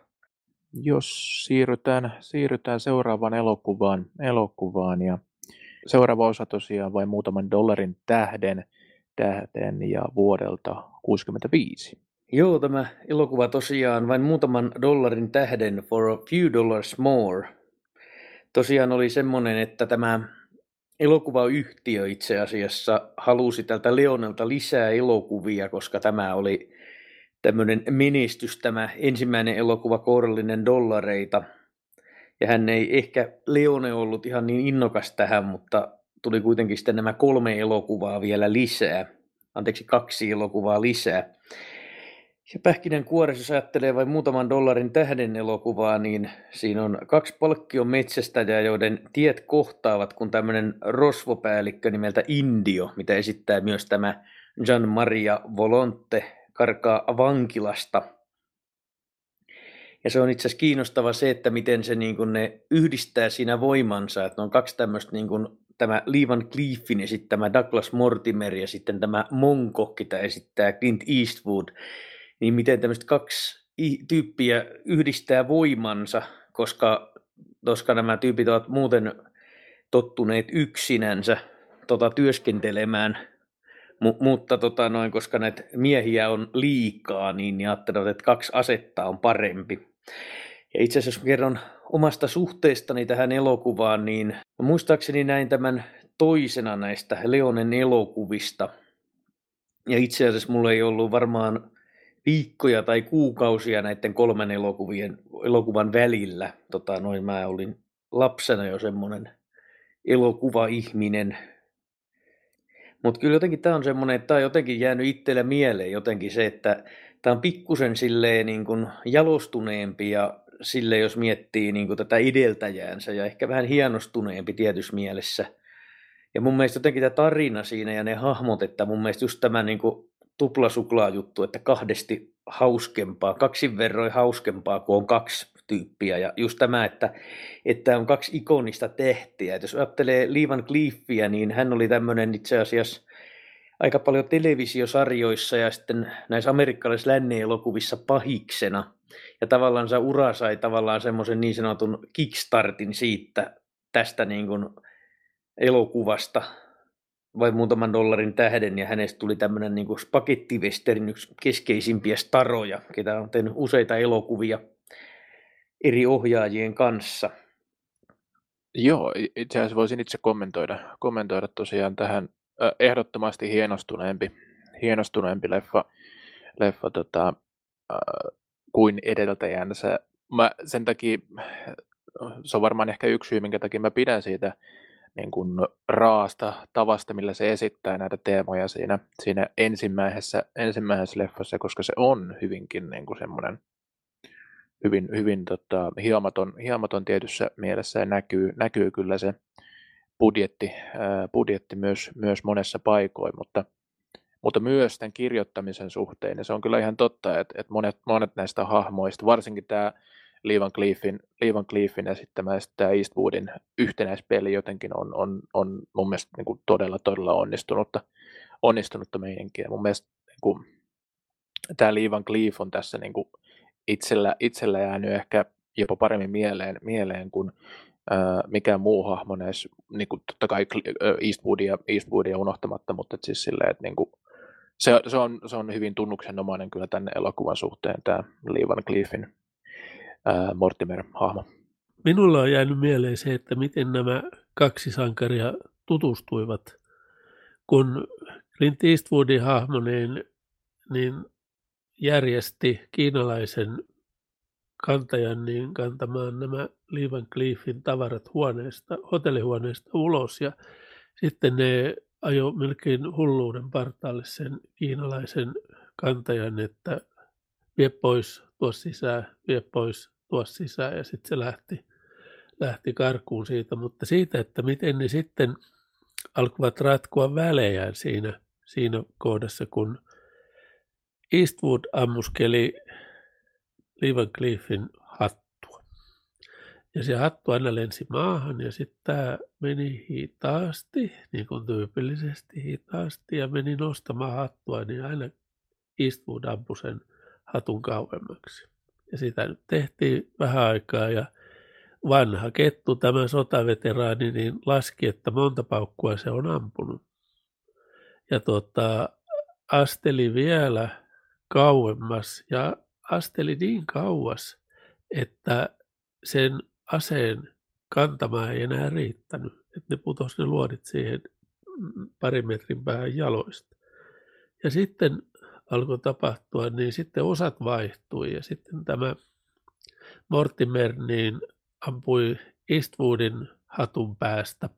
Jos siirrytään, siirrytään seuraavaan elokuvaan, elokuvaan ja seuraava osa tosiaan vain muutaman dollarin tähden, tähden ja vuodelta kuusikymmentäviisi. Joo, tämä elokuva tosiaan vain muutaman dollarin tähden, for a few dollars more. Tosiaan oli semmoinen, että tämä elokuvayhtiö itse asiassa halusi tältä Leonelta lisää elokuvia, koska tämä oli tämmöinen menestys, tämä ensimmäinen elokuva kourallinen dollareita. Ja hän ei ehkä Leone ollut ihan niin innokas tähän, mutta tuli kuitenkin sitten nämä kolme elokuvaa vielä lisää. Anteeksi, kaksi elokuvaa lisää. Ja pähkinänkuoressa, jos ajattelee vain muutaman dollarin tähden elokuvaa, niin siinä on kaksi palkkion metsästäjää, joiden tiet kohtaavat, kun tämmöinen rosvopäällikkö nimeltä Indio, mitä esittää myös tämä Gian Maria Volonte, karkaa vankilasta. Ja se on itse asiassa kiinnostava se, että miten se niin kuin ne yhdistää siinä voimansa, että on kaksi tämmöistä niin kuin tämä Lee Van Cleefin esittämä Douglas Mortimer ja sitten tämä Monko, mitä esittää Clint Eastwood, niin miten tämmöiset kaksi tyyppiä yhdistää voimansa, koska, koska nämä tyypit ovat muuten tottuneet yksinänsä tota, työskentelemään, M- mutta tota, noin, koska näitä miehiä on liikaa, niin, niin ajattelevat, että kaksi asetta on parempi. Ja itse asiassa jos kerron omasta suhteestani tähän elokuvaan, niin muistaakseni näin tämän toisena näistä Leonen elokuvista. Ja itse asiassa mulla ei ollut varmaan viikkoja tai kuukausia näiden kolmen elokuvien, elokuvan välillä. Tota, noin mä olin lapsena jo semmoinen elokuvaihminen. Mutta kyllä jotenkin tämä on semmoinen, että tämä on jotenkin jäänyt itselle mieleen jotenkin se, että tämä on pikkusen silleen niin kuin jalostuneempi ja sille jos miettii niin kuin tätä edeltäjäänsä ja ehkä vähän hienostuneempi tietyssä mielessä. Ja mun mielestä jotenkin tämä tarina siinä ja ne hahmot, että mun mielestä just tämä niin kuin tuplasuklaa juttu, että kahdesti hauskempaa, kaksin verroin hauskempaa, kun on kaksi tyyppiä. Ja just tämä, että, että on kaksi ikonista tehtiä. Et jos ajattelee Lee Van Cleefia, niin hän oli tämmöinen itse asiassa aika paljon televisiosarjoissa ja sitten näissä amerikkalaisissa lännen-elokuvissa pahiksena. Ja tavallaan se ura sai tavallaan semmoisen niin sanotun kickstartin siitä tästä niin kuin elokuvasta vai muutaman dollarin tähden, ja hänestä tuli tämmöinen niin kuin spagettivesterin yksi keskeisimpiä staroja, ketä on tehnyt useita elokuvia eri ohjaajien kanssa. Joo, itse asiassa voisin itse kommentoida, kommentoida tosiaan tähän äh, ehdottomasti hienostuneempi, hienostuneempi leffa, leffa tota, äh, kuin edeltäjänsä. Mä sen takia, se on varmaan ehkä yksi syy, minkä takia mä pidän siitä niin kuin raasta tavasta, millä se esittää näitä teemoja siinä, siinä ensimmäisessä, ensimmäisessä leffassa, koska se on hyvinkin niin kuin semmoinen hyvin, hyvin tota, hiomaton, hiomaton tietyssä mielessä ja näkyy, näkyy kyllä se budjetti, ää, budjetti myös, myös monessa paikoin, mutta, mutta myös tämän kirjoittamisen suhteen, ja se on kyllä ihan totta, että, että monet, monet näistä hahmoista, varsinkin tämä Lee Van Cleefin, Lee Van Cleefin esittämä ja tämä Eastwoodin yhtenäispeli jotenkin on, on, on mun mielestä niin kuin todella, todella onnistunutta, onnistunutta meininkiä. Mun mielestä niin kuin, tämä Lee Van Cleef on tässä niin kuin itsellä, itsellä jäänyt ehkä jopa paremmin mieleen, mieleen kuin ää, mikään muu hahmo näissä, niin kuin totta kai Eastwoodia, Eastwoodia unohtamatta, mutta siis silleen, että niin kuin, se, se, on, se on hyvin tunnuksenomainen kyllä tänne elokuvan suhteen tämä Lee Van Cleefin ää, Mortimer-hahmo. Minulla on jäänyt mieleen se, että miten nämä kaksi sankaria tutustuivat. Kun Clint Eastwoodin hahmo niin, niin järjesti kiinalaisen kantajan niin kantamaan nämä Lee Van Cleefin tavarat huoneesta, hotellihuoneesta ulos, ja sitten ne ajoi melkein hulluuden partaalle sen kiinalaisen kantajan, että vie pois, tuo sisään, vie pois, tuo sisään, ja sitten se lähti, lähti karkuun siitä, mutta siitä, että miten ne sitten alkoivat ratkoa välejään siinä, siinä kohdassa, kun Eastwood ammuskeli Lee Van Cleefin hattua. Ja se hattu aina lensi maahan, ja sitten tämä meni hitaasti, niin kuin tyypillisesti hitaasti, ja meni nostamaan hattua, niin aina Eastwood ampui sen hatun kauemmaksi. Ja sitä nyt tehtiin vähän aikaa, ja vanha kettu, tämä sotaveteraani, niin laski, että monta paukkua se on ampunut. Ja tota, asteli vielä kauemmas, ja asteli niin kauas, että sen aseen kantama ei enää riittänyt. Että ne putosi ne luodit siihen parin metrin päähän jaloista. Ja sitten alkoi tapahtua, niin sitten osat vaihtui, ja sitten tämä Mortimer niin ampui Eastwoodin hatun päästä,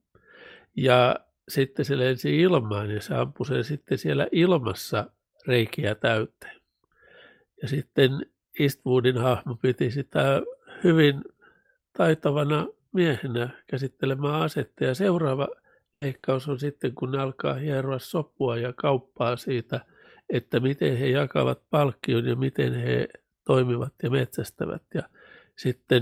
ja sitten se lensi ilmaan, ja se ampui sen sitten siellä ilmassa reikiä täyteen. Ja sitten Eastwoodin hahmo piti sitä hyvin taitavana miehenä käsittelemään asetta, ja seuraava leikkaus on sitten, kun ne alkaa hieroa sopua ja kauppaa siitä, että miten he jakavat palkkion ja miten he toimivat ja metsästävät. Ja sitten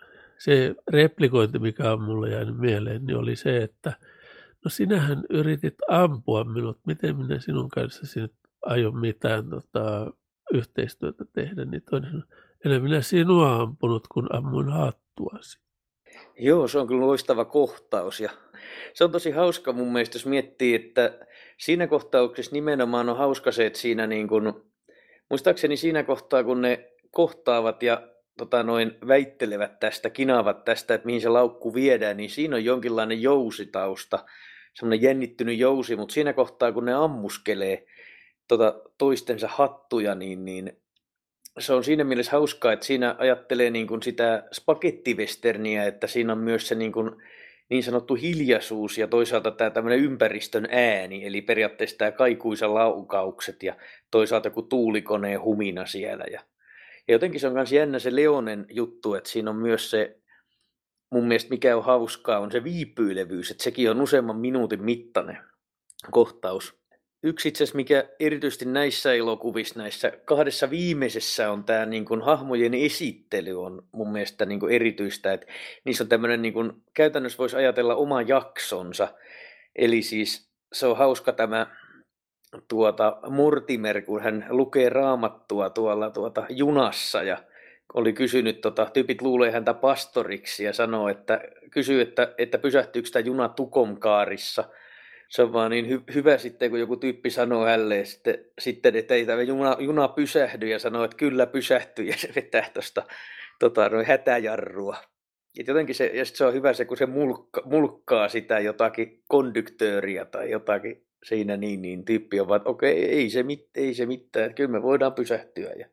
se replikointi, mikä on mulle jäänyt mieleen, niin oli se, että no sinähän yritit ampua minut, miten minä sinun kanssasi nyt aion mitään tota, yhteistyötä tehdä, niin toinen sanoi, enää minä sinua ampunut, kun ammuin hattuasi. Joo, se on kyllä loistava kohtaus, ja se on tosi hauska mun mielestä, jos miettii, että siinä kohtauksessa nimenomaan on hauska se, että siinä niin kuin, muistaakseni siinä kohtaa, kun ne kohtaavat ja tota noin, väittelevät tästä, kinaavat tästä, että mihin se laukku viedään, niin siinä on jonkinlainen jousitausta, semmoinen jännittynyt jousi, mutta siinä kohtaa, kun ne ammuskelee tota, toistensa hattuja, niin, niin se on siinä mielessä hauskaa, että siinä ajattelee niin kuin sitä spagettivesterniä, että siinä on myös se niin, kuin niin sanottu hiljaisuus ja toisaalta tämä tämmöinen ympäristön ääni, eli periaatteessa tämä kaikuisa laukaukset ja toisaalta kun tuulikoneen humina siellä. Ja, ja jotenkin se on myös jännä se Leonen juttu, että siinä on myös se, mun mielestä mikä on hauskaa, on se viipyilevyys, että sekin on useamman minuutin mittainen kohtaus. Yksi itse asiassa, mikä erityisesti näissä elokuvissa, näissä kahdessa viimeisessä on tämä niin kuin hahmojen esittely on mun mielestä niin kuin erityistä, että niissä on tämmöinen, niin kuin, käytännössä voisi ajatella oma jaksonsa, eli siis se on hauska tämä tuota Mortimer, kun hän lukee raamattua tuolla tuota junassa ja oli kysynyt, tota, tyypit luulee häntä pastoriksi ja sanoo, että kysyy, että, että pysähtyykö tämä juna Tukomkaarissa. Se on vaan niin hy- hyvä sitten, kun joku tyyppi sanoo hänelle sitten, sitten että ei tämä juna, juna pysähdy ja sanoo, että kyllä pysähtyy ja se vetää tuosta tota, noin hätäjarrua. Et jotenkin se, ja sit se on hyvä se, kun se mulkka, mulkkaa sitä jotakin konduktööriä tai jotakin siinä, niin, niin tyyppi on vaan, että okei, ei se, mit, ei se mitään, että kyllä me voidaan pysähtyä. Ja,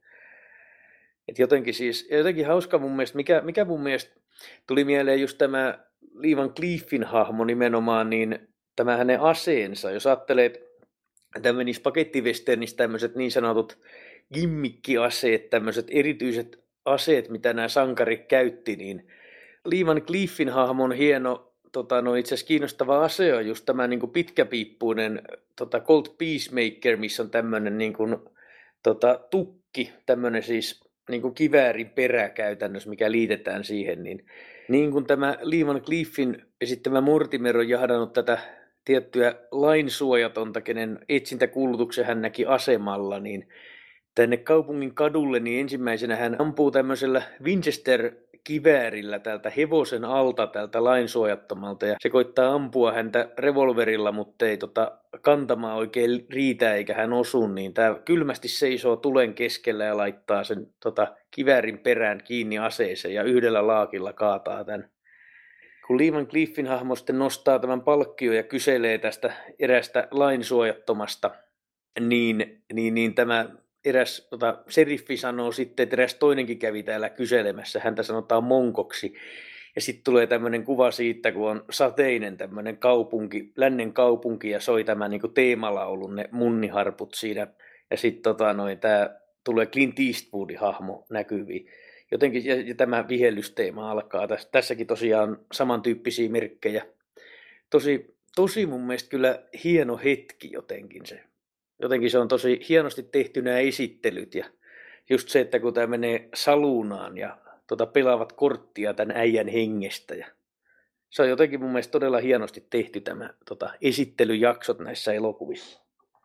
et jotenkin siis, jotenkin hauska mun mielestä, mikä, mikä mun mielestä tuli mieleen just tämä Lee Van Cleefin hahmo nimenomaan, niin tämä hänen aseensa, jos ajattelee, tämmöinen pakettivesternistä tämmöiset niin sanotut gimmikkiaseet, tämmöiset erityiset aseet, mitä nämä sankarit käytti, niin Lee Van Cleefin hahmon hieno, tota, no itse asiassa kiinnostava ase on just tämä niin kuin pitkäpiippuinen tota Colt Peacemaker, missä on tämmöinen niin kuin, tota, tukki, tämmöinen siis niin kuin kiväärin perä käytännössä, mikä liitetään siihen. Niin, niin kuin tämä Lee Van Cleefin esittämä Mortimer on jahdannut tätä tiettyä lainsuojatonta, kenen etsintäkuulutuksen hän näki asemalla, niin tänne kaupungin kadulle, niin ensimmäisenä hän ampuu tämmöisellä Winchester-kiväärillä täältä hevosen alta, täältä lainsuojattomalta, ja se koittaa ampua häntä revolverilla, mutta ei tota, kantamaan oikein riitä eikä hän osu, niin tämä kylmästi seisoo tulen keskellä ja laittaa sen tota, kiväärin perään kiinni aseeseen ja yhdellä laakilla kaataa tämän. Kun Lee Van Cleefin hahmo sitten nostaa tämän palkkion ja kyselee tästä erästä lainsuojattomasta, niin, niin, niin tämä eräs tota, seriffi sanoo sitten, että eräs toinenkin kävi täällä kyselemässä, häntä sanotaan monkoksi. Ja sitten tulee tämmöinen kuva siitä, kun on sateinen tämmöinen kaupunki, lännen kaupunki, ja soi tämä niinku teemalaulun, ne munniharput siinä. Ja sitten tota, tämä tulee Clint Eastwoodin hahmo näkyviin. Jotenkin ja, ja tämä vihellysteema alkaa. Täs, tässäkin tosiaan samantyyppisiä merkkejä. Tosi, tosi mun mielestä kyllä hieno hetki jotenkin se. Jotenkin se on tosi hienosti tehty nämä esittelyt ja just se, että kun tämä menee saluunaan ja tota, pelaavat korttia tämän äijän hengestä. Ja se on jotenkin mun mielestä todella hienosti tehty tämä tota, esittelyjaksot näissä elokuvissa.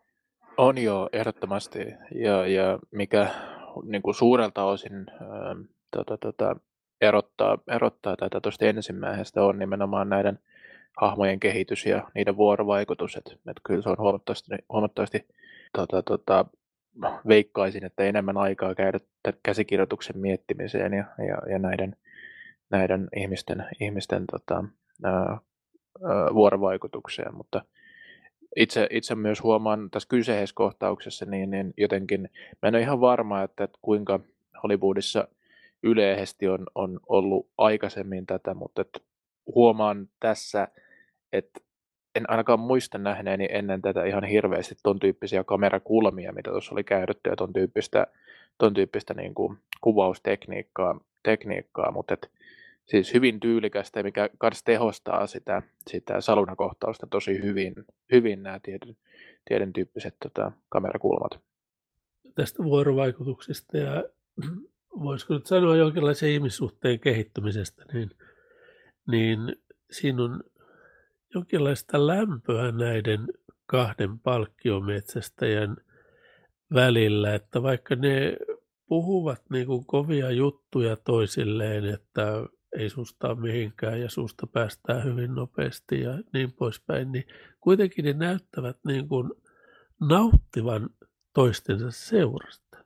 On jo ehdottomasti ja, ja mikä niin kuin suurelta osin ää, tota, tota, erottaa, erottaa tätä tuosta ensimmäisestä on nimenomaan näiden hahmojen kehitys ja niiden vuorovaikutus. Et, et kyllä se on huomattavasti, huomattavasti tota, tota, veikkaisin, että enemmän aikaa käydä käsikirjoituksen miettimiseen ja, ja, ja näiden, näiden ihmisten, ihmisten tota, ää, ää, vuorovaikutukseen, mutta itse, itse myös huomaan tässä kyseisessä kohtauksessa, niin, niin jotenkin mä en ole ihan varma, että, että kuinka Hollywoodissa yleisesti on, on ollut aikaisemmin tätä, mutta että huomaan tässä, että en ainakaan muista nähneeni ennen tätä ihan hirveästi ton tyyppisiä kamerakulmia, mitä tuossa oli käytetty, ja ton tyyppistä, ton tyyppistä niin kuin kuvaustekniikkaa, tekniikkaa, mutta et, siis hyvin tyylikästä, mikä myös tehostaa sitä, sitä salunakohtausta tosi hyvin, hyvin nämä tietyn, tietyn tyyppiset tota, kamerakulmat. Tästä vuorovaikutuksesta ja voisiko nyt sanoa jonkinlaisen ihmissuhteen kehittymisestä, niin, niin siinä on jonkinlaista lämpöä näiden kahden palkkiometsästäjän välillä, että vaikka ne puhuvat niin kuin kovia juttuja toisilleen, että ei susta ole mihinkään ja susta päästään hyvin nopeasti ja niin poispäin, niin kuitenkin ne näyttävät niin kuin nauttivan toistensa seurasta.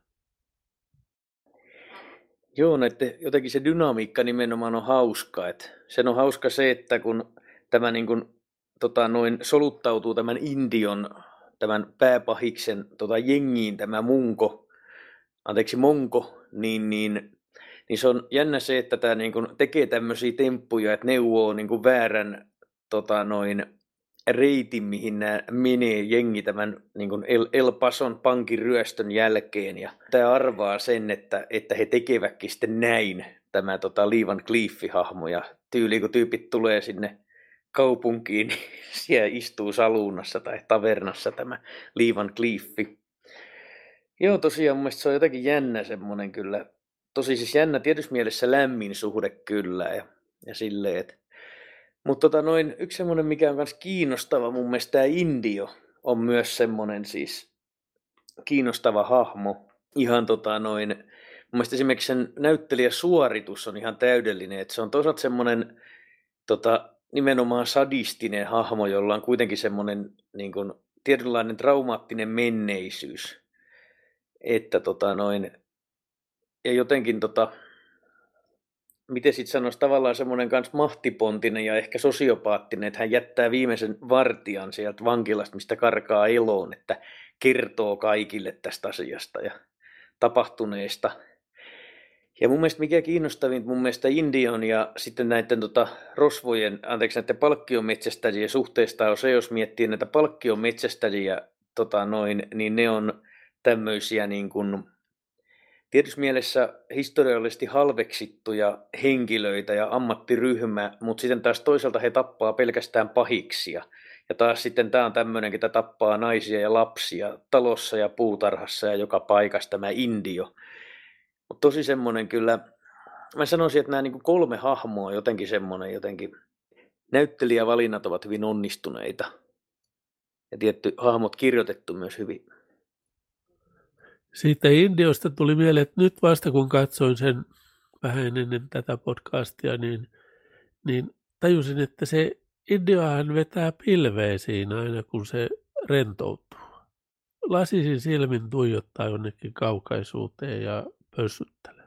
Joo, näette, jotenkin se dynamiikka nimenomaan on hauska. Et sen on hauska se, että kun tämä niin kuin, tota, noin soluttautuu tämän Indion, tämän pääpahiksen tota, jengiin, tämä munko, anteeksi monko, niin, niin, niin se on jännä se, että tämä niin kuin tekee tämmöisiä temppuja, että neuvoo niin kuin väärän tota, noin, reitin, mihin nämä menee jengi tämän niin kuin El, El Pason pankin ryöstön jälkeen. Ja tämä arvaa sen, että, että he tekevätkin sitten näin, tämä tota, Lee Van Cleef-hahmo. Ja tyyli, kun tyypit tulee sinne kaupunkiin, niin siellä istuu saluunassa tai tavernassa tämä Lee Van Cleef. Joo, tosiaan mun mielestä se on jotenkin jännä semmoinen kyllä. Tosi siis jännä, tietysti mielessä lämmin suhde kyllä ja, ja silleen, että mutta tota noin, yksi semmoinen, mikä on myös kiinnostava mun mielestä tämä Indio. on myös semmoinen siis kiinnostava hahmo. Ihan tota noin, mun mielestä esimerkiksi sen näyttelijäsuoritus on ihan täydellinen, että se on toisaalta semmoinen tota, nimenomaan sadistinen hahmo, jolla on kuitenkin semmoinen niin kuin, tietynlainen traumaattinen menneisyys. Että tota noin, ja jotenkin tota, miten sitten sanoisi, tavallaan semmoinen kans mahtipontinen ja ehkä sosiopaattinen, että hän jättää viimeisen vartijan sieltä vankilasta, mistä karkaa eloon, että kertoo kaikille tästä asiasta ja tapahtuneesta. Ja mun mielestä mikä kiinnostavin, mun mielestä Indion ja sitten näiden tota, rosvojen, anteeksi näiden palkkionmetsästäjien suhteesta on se, jos miettii näitä palkkionmetsästäjiä, tota, noin, niin ne on tämmöisiä niin kuin tietysti mielessä historiallisesti halveksittuja henkilöitä ja ammattiryhmä, mutta sitten taas toisaalta he tappaa pelkästään pahiksia. Ja taas sitten tämä on tämmöinen, että tappaa naisia ja lapsia talossa ja puutarhassa ja joka paikassa tämä Indio. Mutta tosi semmoinen kyllä, mä sanoisin, että nämä niinku kolme hahmoa on jotenkin semmoinen, jotenkin näyttelijävalinnat ovat hyvin onnistuneita. Ja tietty hahmot kirjoitettu myös hyvin. Siitä Indiosta tuli mieleen, että nyt vasta kun katsoin sen vähän ennen tätä podcastia, niin, niin tajusin, että se Indiohan vetää pilveä siinä aina, kun se rentoutuu. Lasisin silmin tuijottaa jonnekin kaukaisuuteen ja pössyttelee.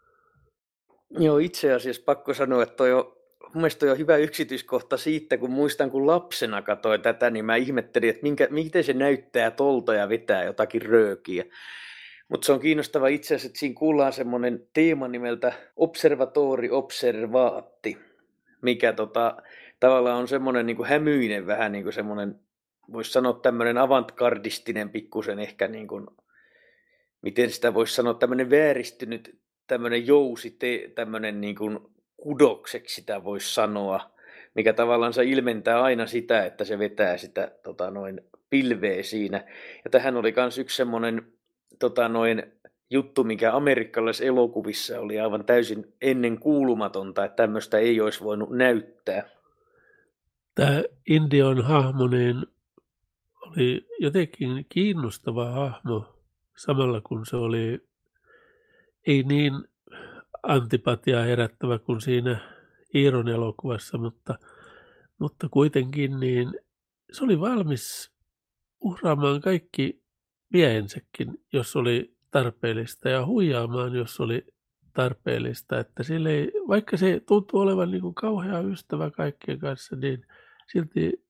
Joo, itse asiassa pakko sanoa, että toi on, mun mielestä toi on hyvä yksityiskohta siitä, kun muistan, kun lapsena katsoin tätä, niin mä ihmettelin, että minkä, miten se näyttää tolta ja vetää jotakin röökiä. Mutta se on kiinnostava itse asiassa, että siinä kuullaan semmoinen teema nimeltä Observatori Observaatti, mikä tota, tavallaan on semmoinen niin kuin hämyinen, vähän niin kuin semmoinen, voisi sanoa tämmöinen avantgardistinen pikkusen ehkä, niin kuin, miten sitä voisi sanoa, tämmöinen vääristynyt, tämmöinen jousi, tämmöinen niin kuin kudokseksi sitä voisi sanoa, mikä tavallaan se ilmentää aina sitä, että se vetää sitä tota, noin pilveä siinä. Ja tähän oli myös yksi semmoinen tota, noin juttu, mikä amerikkalaisissa elokuvissa oli aivan täysin ennen kuulumatonta, että tämmöistä ei olisi voinut näyttää. Tämä Indion hahmo niin oli jotenkin kiinnostava hahmo, samalla kun se oli ei niin antipatiaa herättävä kuin siinä Iiron elokuvassa, mutta, mutta kuitenkin niin se oli valmis uhraamaan kaikki miehensäkin, jos oli tarpeellista, ja huijaamaan, jos oli tarpeellista. Että sille ei, vaikka se tuntuu olevan niin kuin kauhea ystävä kaikkien kanssa, niin silti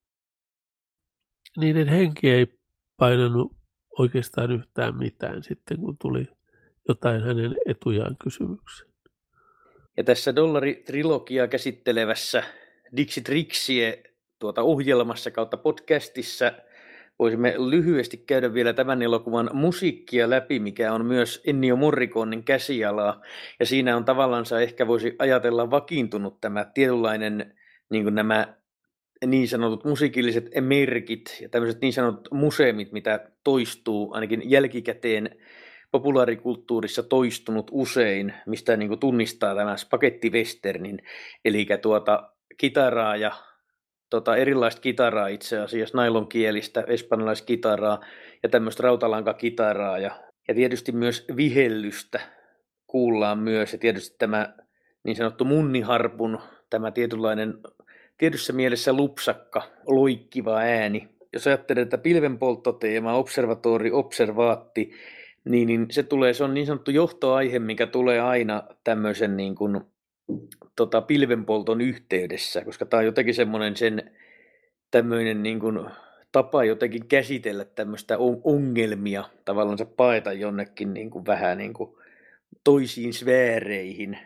niiden henki ei painanut oikeastaan yhtään mitään sitten, kun tuli jotain hänen etujaan kysymykseen. Ja tässä dollaritrilogiaa käsittelevässä Dixitrixie tuota ohjelmassa kautta podcastissa voisimme lyhyesti käydä vielä tämän elokuvan musiikkia läpi, mikä on myös Ennio Morriconen käsialaa. Ja siinä on tavallaan ehkä voisi ajatella vakiintunut tämä tietynlainen niin kuin nämä niin sanotut musiikilliset merkit ja tämmöiset niin sanotut museumit, mitä toistuu ainakin jälkikäteen populaarikulttuurissa toistunut usein, mistä niin kuin tunnistaa tämä spagettiwesternin, eli tuota kitaraa ja tota erilaista kitaraa itse asiassa, nailonkielistä, espanjalaiskitaraa ja tämmöistä rautalankakitaraa ja, ja tietysti myös vihellystä kuullaan myös ja tietysti tämä niin sanottu munniharpun, tämä tietynlainen tietyssä mielessä lupsakka, loikkiva ääni. Jos ajattelee, että pilvenpolttoteema, observatori, observaatti, niin, niin se tulee, se on niin sanottu johtoaihe, mikä tulee aina tämmöisen niin kuin, tota, pilvenpolton yhteydessä, koska tämä on jotenkin semmoinen sen tämmöinen niin kuin, tapa jotenkin käsitellä tämmöistä ongelmia, tavallaan se paeta jonnekin niin kuin, vähän niin kuin, toisiin sfääreihin.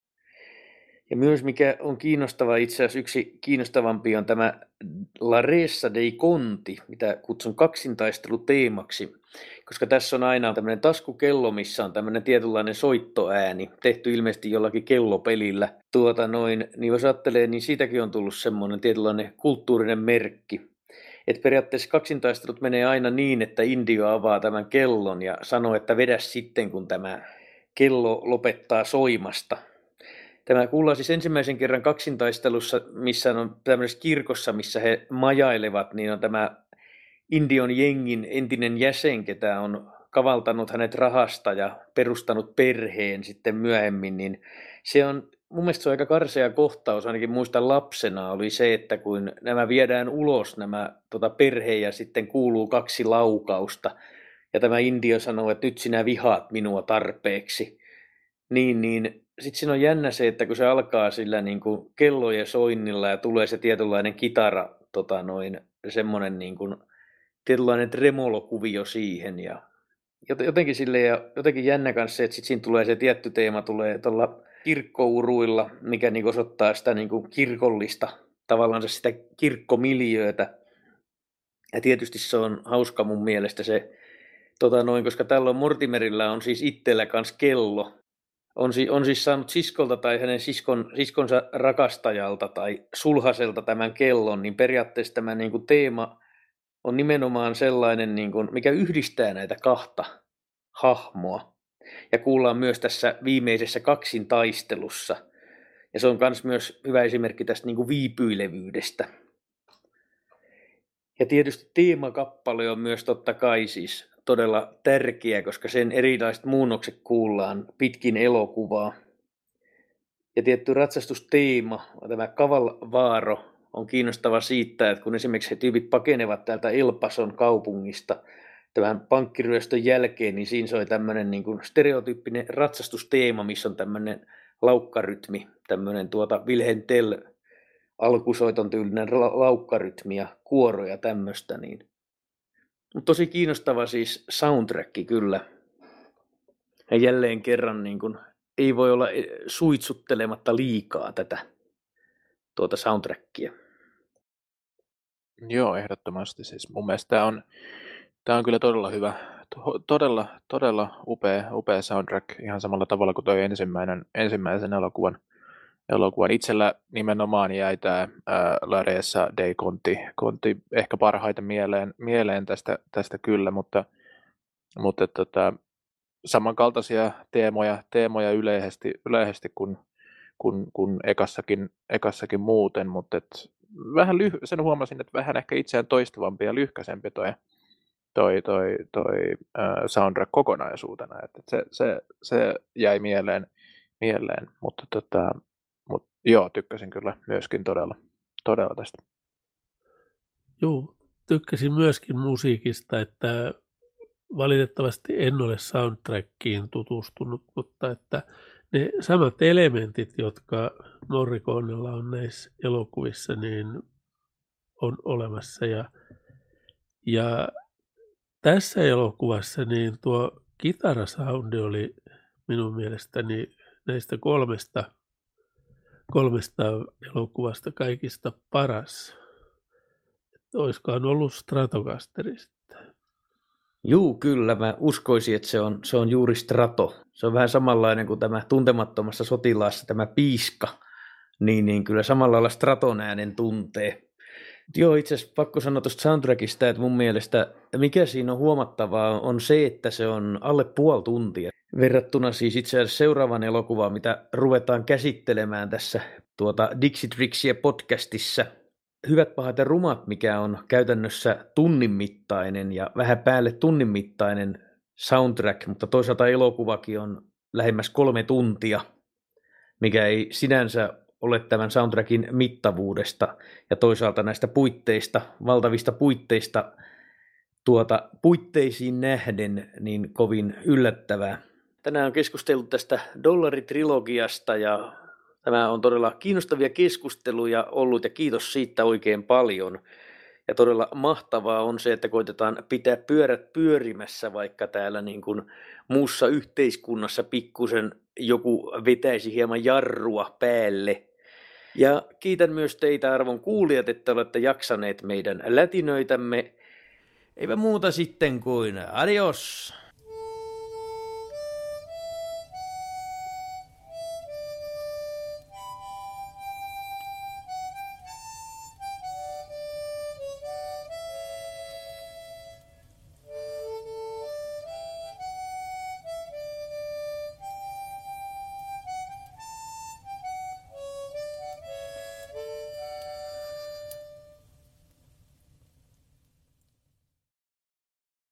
Ja myös mikä on kiinnostava, itse asiassa yksi kiinnostavampi on tämä La Resa dei Conti, mitä kutsun kaksintaisteluteemaksi, koska tässä on aina tämmöinen taskukello, missä on tämmöinen tietynlainen soittoääni, tehty ilmeisesti jollakin kellopelillä. Tuota noin, niin jos ajattelee, niin siitäkin on tullut semmoinen tietynlainen kulttuurinen merkki. Että periaatteessa kaksintaistelut menee aina niin, että Indio avaa tämän kellon ja sanoo, että vedä sitten, kun tämä kello lopettaa soimasta. Tämä kuullaan siis ensimmäisen kerran kaksintaistelussa, missä on tämmöisessä kirkossa, missä he majailevat, niin on tämä Indion jengin entinen jäsen, ketä on kavaltanut hänet rahasta ja perustanut perheen sitten myöhemmin, niin se on, mun mielestä se on aika karsea kohtaus, ainakin muistan lapsena, oli se, että kun nämä viedään ulos, nämä tota, perhe ja sitten kuuluu kaksi laukausta, ja tämä Indio sanoo, että nyt sinä vihaat minua tarpeeksi, niin, niin sitten siinä on jännä se, että kun se alkaa sillä niin kuin kellojen soinnilla ja tulee se tietynlainen kitara, tota noin, semmoinen niin kuin tietynlainen tremolokuvio siihen ja jotenkin silleen, ja jotenkin jännä kanssa se, että sit siinä tulee se tietty teema, tulee tuolla kirkkouruilla, mikä niin osoittaa sitä niin kuin kirkollista, tavallaan sitä kirkkomiljöötä. Ja tietysti se on hauska mun mielestä se, tota noin, koska tällä on Mortimerilla on siis itsellä kans kello. On, on siis saanut siskolta tai hänen siskon, siskonsa rakastajalta tai sulhaselta tämän kellon, niin periaatteessa tämä niin kuin teema on nimenomaan sellainen, niin kuin, mikä yhdistää näitä kahta hahmoa. Ja kuullaan myös tässä viimeisessä kaksin taistelussa. Ja se on myös hyvä esimerkki tästä niin kuin viipyilevyydestä. Ja tietysti teemakappale on myös totta kai siis todella tärkeä, koska sen erilaiset muunnokset kuullaan pitkin elokuvaa. Ja tietty ratsastusteema, tämä Kavalvaaro, on kiinnostava siitä, että kun esimerkiksi he tyypit pakenevat täältä El Pason kaupungista tämän pankkiryöstön jälkeen, niin siinä soi tämmöinen niin kuin stereotyyppinen ratsastusteema, missä on tämmöinen laukkarytmi, tämmöinen tuota Wilhelm Tell alkusoiton tyylinen laukkarytmi ja kuoro ja tämmöistä. Niin. Mutta tosi kiinnostava siis soundtrack kyllä. Ja jälleen kerran niin kuin, ei voi olla suitsuttelematta liikaa tätä tuota soundtrackia. Joo, ehdottomasti. Siis mun mielestä tämä on, tämä on kyllä todella hyvä, todella, todella upea, upea soundtrack, ihan samalla tavalla kuin tuo ensimmäinen, ensimmäisen elokuvan. elokuvan. Itsellä nimenomaan jäi tämä Lareessa Dei Conti, Conti ehkä parhaiten mieleen, mieleen tästä, tästä kyllä, mutta, mutta tota, samankaltaisia teemoja, teemoja yleisesti, yleisesti kuin, kuin, kuin ekassakin, ekassakin muuten, mutta et vähän lyh- sen huomasin, että vähän ehkä itseään toistuvampi ja lyhkäisempi toi, toi, toi, toi äh, soundtrack kokonaisuutena, että et se, se, se jäi mieleen, mieleen. mutta tota, mut, joo, tykkäsin kyllä myöskin todella, todella tästä. Joo, tykkäsin myöskin musiikista, että valitettavasti en ole soundtrackiin tutustunut, mutta että ne samat elementit, jotka Morriconella on näissä elokuvissa, niin on olemassa. Ja, ja tässä elokuvassa niin tuo kitarasoundi oli minun mielestäni näistä kolmesta, kolmesta elokuvasta kaikista paras. Että olisikohan ollut Stratocasterista. Juu, kyllä. Mä uskoisin, että se on, se on juuri Strato. Se on vähän samanlainen kuin tämä Tuntemattomassa sotilaassa tämä piiska. Niin, niin kyllä samalla lailla Straton äänen tuntee. Joo, itse asiassa pakko sanoa tuosta soundtrackista, että mun mielestä mikä siinä on huomattavaa on se, että se on alle puoli tuntia. Verrattuna siis itse asiassa seuraavan elokuvaan, mitä ruvetaan käsittelemään tässä tuota Dixitrixia podcastissa. Hyvät, pahat ja rumat, mikä on käytännössä tunnin mittainen ja vähän päälle tunnin mittainen soundtrack, mutta toisaalta elokuvakin on lähemmäs kolme tuntia, mikä ei sinänsä ole tämän soundtrackin mittavuudesta ja toisaalta näistä puitteista, valtavista puitteista, tuota, puitteisiin nähden niin kovin yllättävää. Tänään on keskusteltu tästä dollaritrilogiasta ja tämä on todella kiinnostavia keskusteluja ollut ja kiitos siitä oikein paljon. Ja todella mahtavaa on se, että koitetaan pitää pyörät pyörimässä, vaikka täällä niin kuin muussa yhteiskunnassa pikkusen joku vetäisi hieman jarrua päälle. Ja kiitän myös teitä arvon kuulijat, että olette jaksaneet meidän lätinöitämme. Eipä muuta sitten kuin adios!